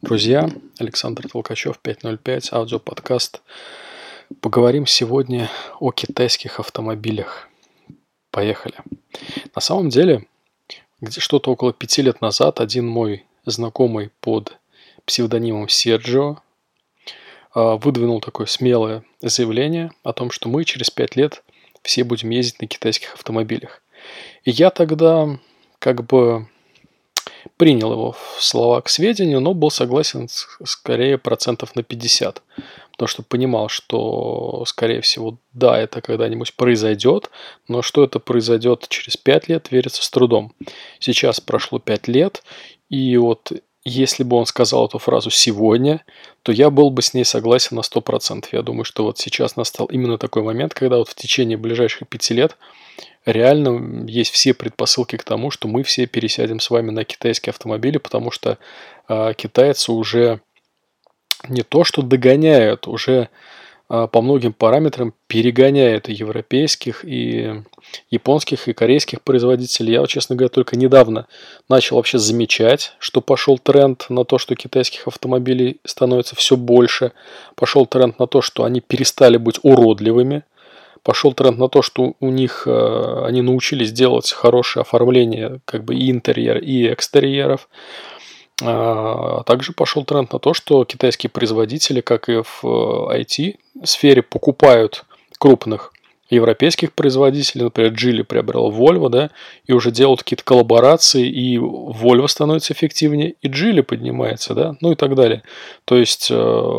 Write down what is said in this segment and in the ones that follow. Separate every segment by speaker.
Speaker 1: Друзья, Александр Толкачев, 505, аудиоподкаст. Поговорим сегодня о китайских автомобилях. Поехали. На самом деле, что-то около 5 лет назад один мой знакомый под псевдонимом Серджио выдвинул такое смелое заявление о том, что мы через 5 лет все будем ездить на китайских автомобилях. И я тогда принял его слова к сведению, но был согласен скорее процентов на 50. Потому что понимал, что, скорее всего, да, это когда-нибудь произойдет, но что это произойдет через 5 лет, верится с трудом. Сейчас прошло 5 лет, и вот если бы он сказал эту фразу сегодня, то я был бы с ней согласен на 100%. Я думаю, что вот сейчас настал именно такой момент, когда вот в течение ближайших 5 лет реально есть все предпосылки к тому, что мы все пересядем с вами на китайские автомобили, потому что китайцы уже не то что догоняют, уже по многим параметрам перегоняют и европейских, и японских, и корейских производителей. Я, честно говоря, только недавно начал вообще замечать, что пошел тренд на то, что китайских автомобилей становится все больше. Пошел тренд на то, что они перестали быть уродливыми. Пошел тренд на то, что у них они научились делать хорошее оформление и интерьера, и экстерьеров. Также пошел тренд на то, что китайские производители, как и в IT-сфере, покупают крупных европейских производителей. Например, Geely приобрел Volvo, да, и уже делают какие-то коллаборации, и Volvo становится эффективнее, и Geely поднимается, да, ну и так далее. То есть,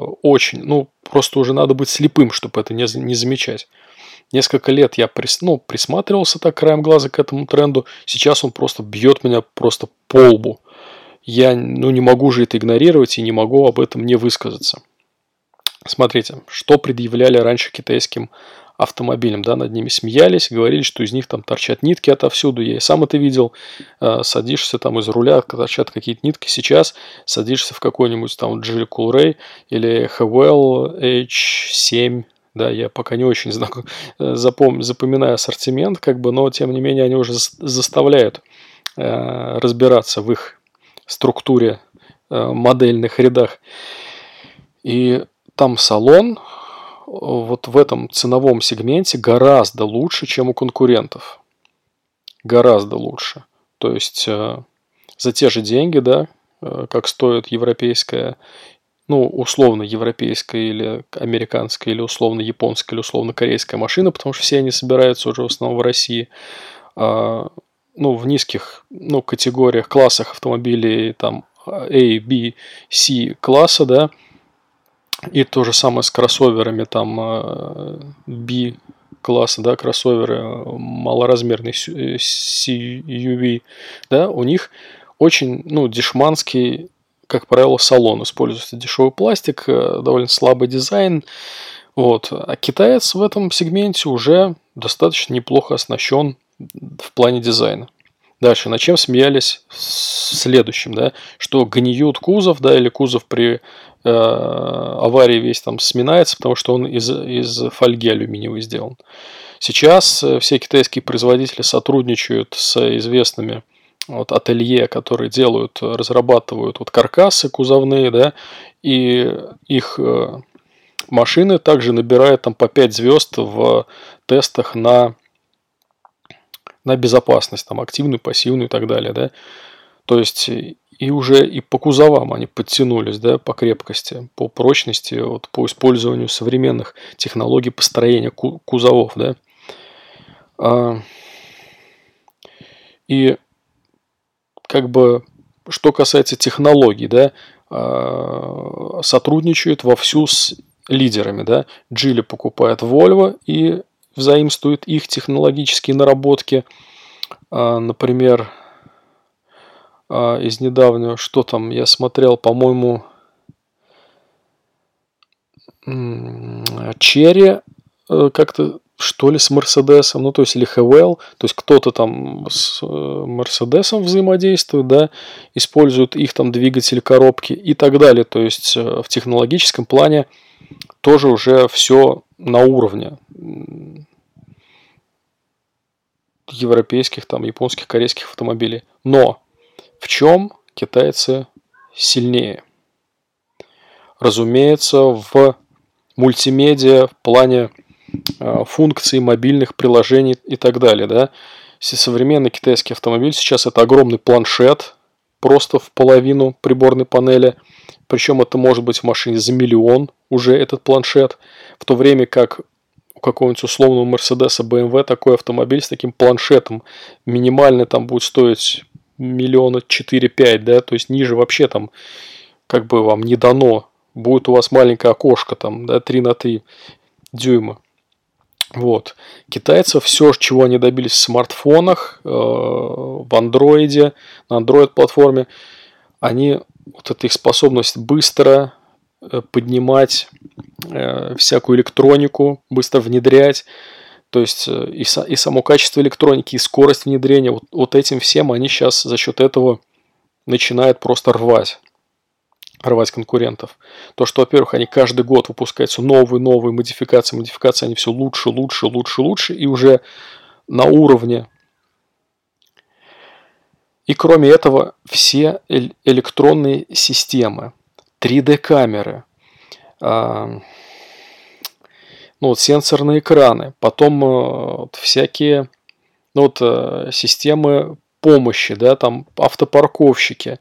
Speaker 1: просто уже надо быть слепым, чтобы это не замечать. Несколько лет я присматривался так краем глаза к этому тренду. Сейчас он просто бьет меня просто по лбу. Я не могу же это игнорировать и не могу об этом не высказаться. Смотрите, что предъявляли раньше китайским автомобилям. Да, над ними смеялись, говорили, что из них там торчат нитки отовсюду. Я и сам это видел. Садишься там из руля, торчат какие-то нитки. Сейчас садишься в какой-нибудь там Geely Coolray или Hewell H7. Да, я пока не очень запоминаю ассортимент, но тем не менее они уже заставляют разбираться в их структуре, модельных рядах. И там салон вот в этом ценовом сегменте гораздо лучше, чем у конкурентов. Гораздо лучше. То есть за те же деньги, да, как стоит европейская, условно европейская или американская, или условно японская, или условно корейская машина, потому что все они собираются уже в основном в России. В низких категориях, классах автомобилей там A, B, C класса, да, и то же самое с кроссоверами там B класса, да, кроссоверы малоразмерные CUV, да, у них очень, дешманский, как правило, салон, используется дешевый пластик, довольно слабый дизайн, вот, а китаец в этом сегменте уже достаточно неплохо оснащен в плане дизайна. Дальше, над чем смеялись в следующем, да, что гниет кузов, да, или кузов при аварии весь там сминается, потому что он из фольги алюминиевой сделан. Сейчас все китайские производители сотрудничают с известными ателье, которые разрабатывают каркасы кузовные, да, и их машины также набирают там по 5 звезд в тестах на безопасность, там, активную, пассивную и так далее, да. То есть, и уже и по кузовам они подтянулись, да, по крепкости, по прочности, по использованию современных технологий построения кузовов, да. И что касается технологий, да, сотрудничают вовсю с лидерами, да. Geely покупает Volvo и взаимствует их технологические наработки. Например, из недавнего, что там я смотрел, по-моему, Cherry как-то, что ли, с Мерседесом, то есть, или Hewell, то есть, кто-то там с Мерседесом взаимодействует, да, использует их там двигатель, коробки и так далее. То есть, в технологическом плане тоже уже все на уровне европейских, там, японских, корейских автомобилей. Но в чем китайцы сильнее? разумеется, в мультимедиа в плане функций, мобильных приложений и так далее. Да? Современный китайский автомобиль сейчас это огромный планшет, просто в половину приборной панели. Причем это может быть в машине за миллион уже этот планшет. В то время как у какого-нибудь условного Мерседеса, BMW такой автомобиль с таким планшетом минимально там будет стоить миллиона 4-5, да, то есть ниже вообще там как бы вам не дано. Будет у вас маленькое окошко там, да, 3 на 3 дюйма. Вот. Китайцев все, чего они добились в смартфонах, в андроиде, на андроид-платформе, они, вот эта их способность быстро поднимать всякую электронику, быстро внедрять, то есть и само качество электроники, и скорость внедрения, вот этим всем они сейчас за счет этого начинают просто рвать конкурентов. То, что, во-первых, они каждый год выпускают все новые модификации, они все лучше, и уже на уровне. И кроме этого, все электронные системы, 3D-камеры, сенсорные экраны, потом всякие системы помощи, да, там автопарковщики,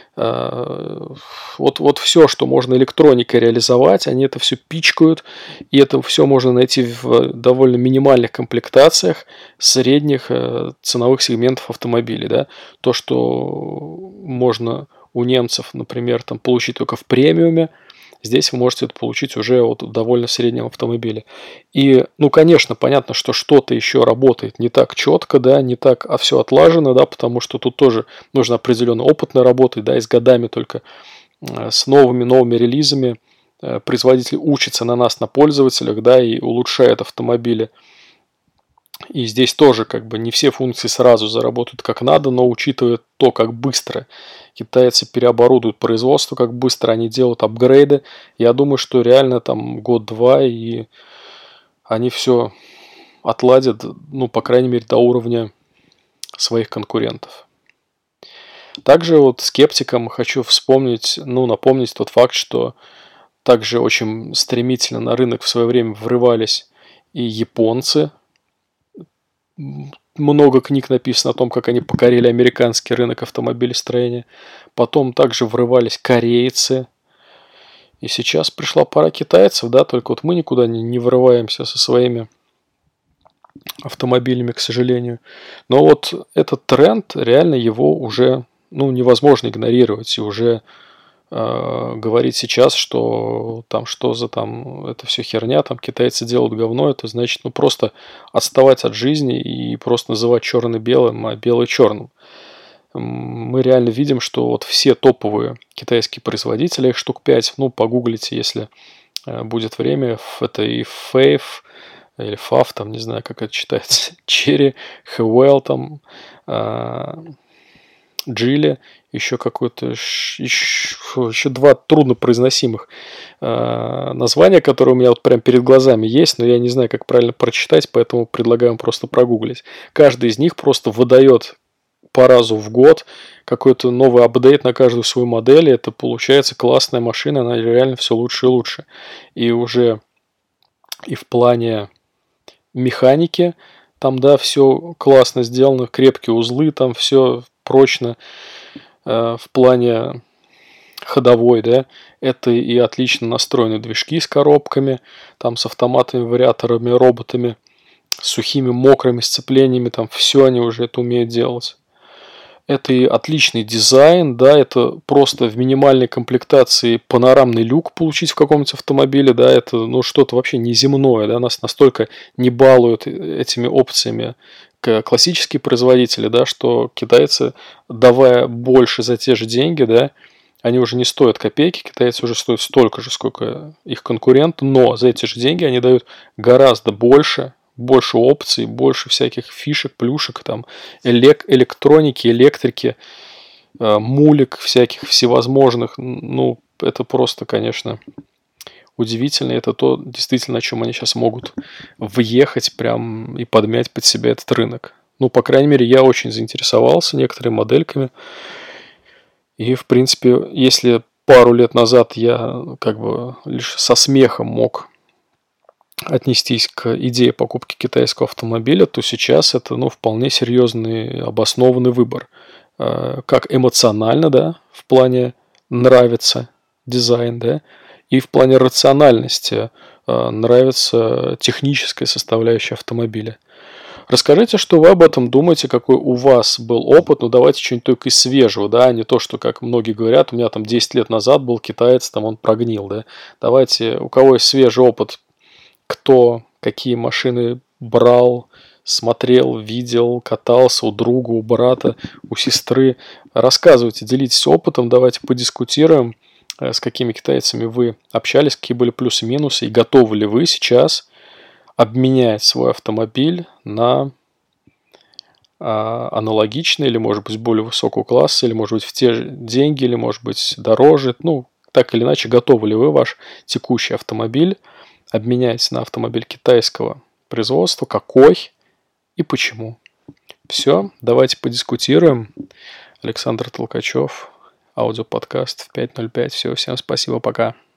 Speaker 1: вот все, что можно электроникой реализовать, они это все пичкают, и это все можно найти в довольно минимальных комплектациях средних ценовых сегментов автомобилей, да. То, что можно у немцев, например, там получить только в премиуме, здесь вы можете это получить уже от довольно среднего автомобиля. И, конечно, понятно, что что-то еще работает не так четко, да, не так, а все отлажено, да, потому что тут тоже нужно определенно опытно работать, да, и с годами только с новыми релизами производитель учится на нас, на пользователях, да, и улучшает автомобили. И здесь тоже как бы не все функции сразу заработают как надо, но учитывая то, как быстро китайцы переоборудуют производство, как быстро они делают апгрейды, я думаю, что реально там год-два, и они все отладят, по крайней мере, до уровня своих конкурентов. Также вот скептикам хочу напомнить тот факт, что также очень стремительно на рынок в свое время врывались и японцы. Много книг написано о том, как они покорили американский рынок автомобилестроения. Потом также врывались корейцы. И сейчас пришла пора китайцев, да, только вот мы никуда не врываемся со своими автомобилями, к сожалению. Но вот этот тренд, реально его уже невозможно игнорировать. И уже говорить сейчас, что это все херня, там китайцы делают говно, это значит просто отставать от жизни и просто называть черный белым, а белый черным. Мы реально видим, что вот все топовые китайские производители, их штук 5, погуглите, если будет время, это и Fave, или Faf, там, не знаю, как это читается, Cherry, Hewell, там, Geely, еще какой-то, еще два труднопроизносимых названия, которые у меня вот прям перед глазами есть, но я не знаю, как правильно прочитать, поэтому предлагаю вам просто прогуглить. Каждый из них просто выдает по разу в год какой-то новый апдейт на каждую свою модель, и это получается классная машина, она реально все лучше и лучше. И уже и в плане механики там, да, все классно сделано, крепкие узлы, там все прочно. В плане ходовой, да, это и отлично настроенные движки с коробками, там с автоматами, вариаторами, роботами, с сухими, мокрыми сцеплениями, там все они уже это умеют делать. Это и отличный дизайн, да, это просто в минимальной комплектации панорамный люк получить в каком-нибудь автомобиле, да, это что-то вообще неземное, да, нас настолько не балуют этими опциями классические производители, да, что китайцы, давая больше за те же деньги, да, они уже не стоят копейки, китайцы уже стоят столько же, сколько их конкурент, но за эти же деньги они дают гораздо больше опций, больше всяких фишек, плюшек, там, электроники, электрики, мулик всяких всевозможных. Это просто, конечно, удивительно. Это то, действительно, на чем они сейчас могут въехать прям и подмять под себя этот рынок. По крайней мере, я очень заинтересовался некоторыми модельками. И, в принципе, если пару лет назад я как бы лишь со смехом мог отнестись к идее покупки китайского автомобиля, то сейчас это вполне серьезный обоснованный выбор. Как эмоционально, да, в плане нравится дизайн, да, и в плане рациональности нравится техническая составляющая автомобиля. Расскажите, что вы об этом думаете, какой у вас был опыт. Давайте что-нибудь только из свежего, да, а не то, что, как многие говорят, у меня там 10 лет назад был китаец, там он прогнил, да. Давайте, у кого есть свежий опыт, кто какие машины брал, смотрел, видел, катался у друга, у брата, у сестры. Рассказывайте, делитесь опытом, давайте подискутируем, с какими китайцами вы общались, какие были плюсы и минусы, и готовы ли вы сейчас обменять свой автомобиль на аналогичный, или, может быть, более высокого класса, или, может быть, в те же деньги, или, может быть, дороже. Так или иначе, готовы ли вы ваш текущий автомобиль обменять на автомобиль китайского производства, какой и почему. Все, давайте подискутируем. Александр Толкачев, аудиоподкаст в 5.05. Все, всем спасибо, пока.